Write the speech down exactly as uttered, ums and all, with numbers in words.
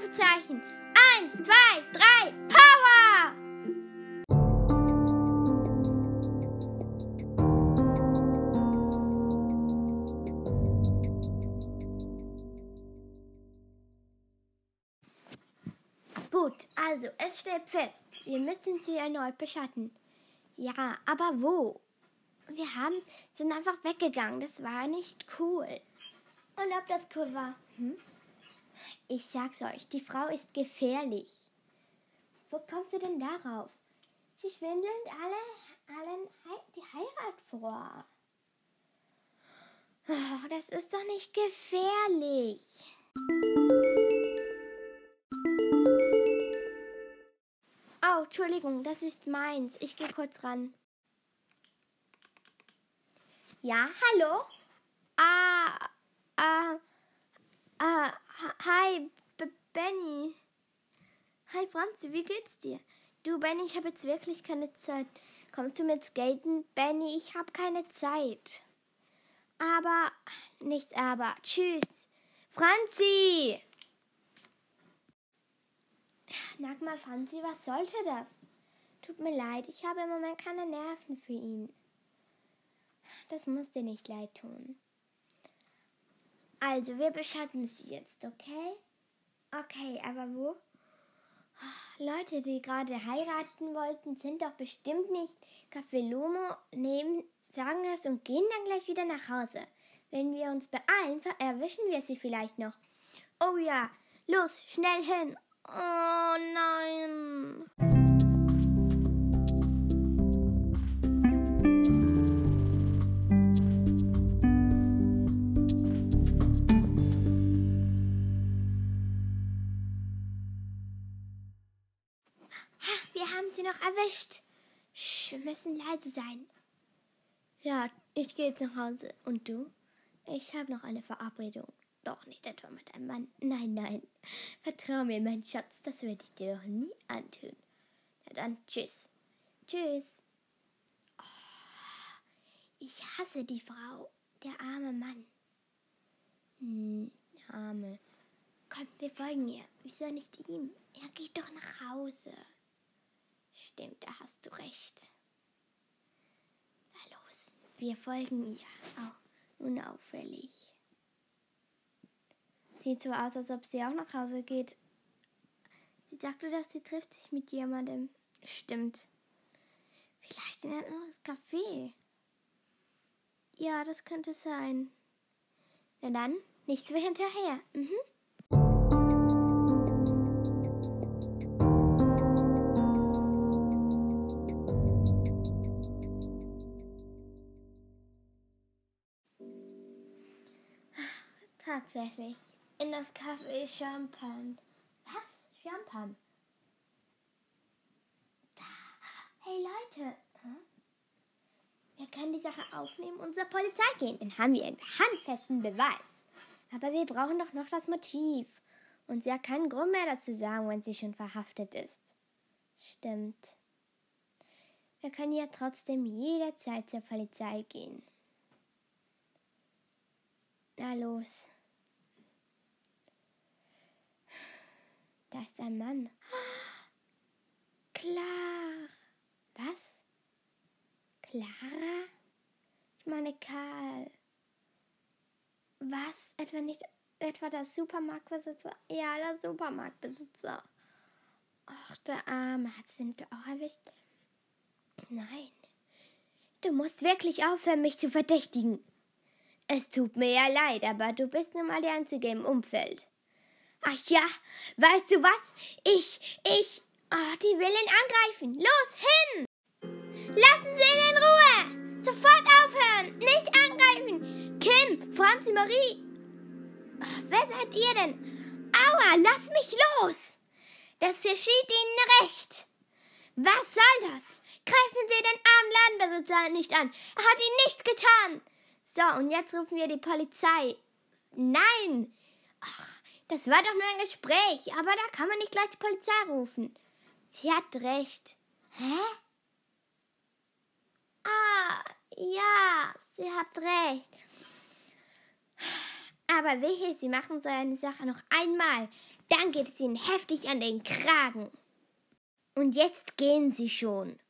Ausrufezeichen. Eins, zwei, drei, Power! Gut, also es steht fest, wir müssen sie erneut beschatten. Ja, aber wo? Wir haben, sind einfach weggegangen, das war nicht cool. Und ob das cool war? Hm? Ich sag's euch, die Frau ist gefährlich. Wo kommst du denn darauf? Sie schwindeln alle, allen die Heirat vor. Oh, das ist doch nicht gefährlich. Oh, Entschuldigung, das ist meins. Ich gehe kurz ran. Ja, hallo? Ah, ah, ah, hi, B- Benny. Hi, Franzi, wie geht's dir? Du, Benny, ich habe jetzt wirklich keine Zeit. Kommst du mit skaten? Benny, ich habe keine Zeit. Aber, nichts aber. Tschüss. Franzi! Sag mal, Franzi, was sollte das? Tut mir leid, ich habe im Moment keine Nerven für ihn. Das muss dir nicht leid tun. Also, wir beschatten sie jetzt, okay? Okay, aber wo? Leute, die gerade heiraten wollten, sind doch bestimmt nicht Café Lomo, nehmen, sagen es und gehen dann gleich wieder nach Hause. Wenn wir uns beeilen, erwischen wir sie vielleicht noch. Oh ja, los, schnell hin. Oh nein. Wir haben sie noch erwischt. Sch, wir müssen leise sein. Ja, ich gehe jetzt nach Hause. Und du? Ich habe noch eine Verabredung. Doch nicht etwa mit einem Mann. Nein, nein. Vertrau mir, mein Schatz, das würde ich dir doch nie antun. Na dann, tschüss. Tschüss. Oh, ich hasse die Frau. Der arme Mann. Hm, der arme. Komm, wir folgen ihr. Wieso nicht ihm? Er geht doch nach Hause. Stimmt, da hast du recht. Na los, wir folgen ihr. Auch unauffällig. Sieht so aus, als ob sie auch nach Hause geht. Sie sagte, dass sie trifft sich mit jemandem. Stimmt. Vielleicht in ein anderes Café. Ja, das könnte sein. Na dann, nichts wie hinterher. Mhm. Tatsächlich. In das Café Champagne. Was? Champagne? Da. Hey Leute. Hm? Wir können die Sache aufnehmen und zur Polizei gehen. Dann haben wir einen handfesten Beweis. Aber wir brauchen doch noch das Motiv. Und sie hat keinen Grund mehr, das zu sagen, wenn sie schon verhaftet ist. Stimmt. Wir können ja trotzdem jederzeit zur Polizei gehen. Na los. Da ist ein Mann. Klar. Was? Clara? Ich meine Karl. Was? Etwa nicht etwa der Supermarktbesitzer? Ja, der Supermarktbesitzer. Ach, der Arme. Hat sie ihn auch erwischt? Nein. Du musst wirklich aufhören, mich zu verdächtigen. Es tut mir ja leid, aber du bist nun mal die Einzige im Umfeld. Ach ja, weißt du was? Ich, ich, oh, die will ihn angreifen. Los, hin! Lassen Sie ihn in Ruhe! Sofort aufhören! Nicht angreifen! Kim, Franzi, Marie! Oh, wer seid ihr denn? Aua, lass mich los! Das geschieht Ihnen recht. Was soll das? Greifen Sie den armen Ladenbesitzer nicht an. Er hat Ihnen nichts getan. So, und jetzt rufen wir die Polizei. Nein! Ach, das war doch nur ein Gespräch, aber da kann man nicht gleich die Polizei rufen. Sie hat recht. Hä? Ah, ja, sie hat recht. Aber wehe, Sie machen so eine Sache noch einmal, dann geht es Ihnen heftig an den Kragen. Und jetzt gehen Sie schon.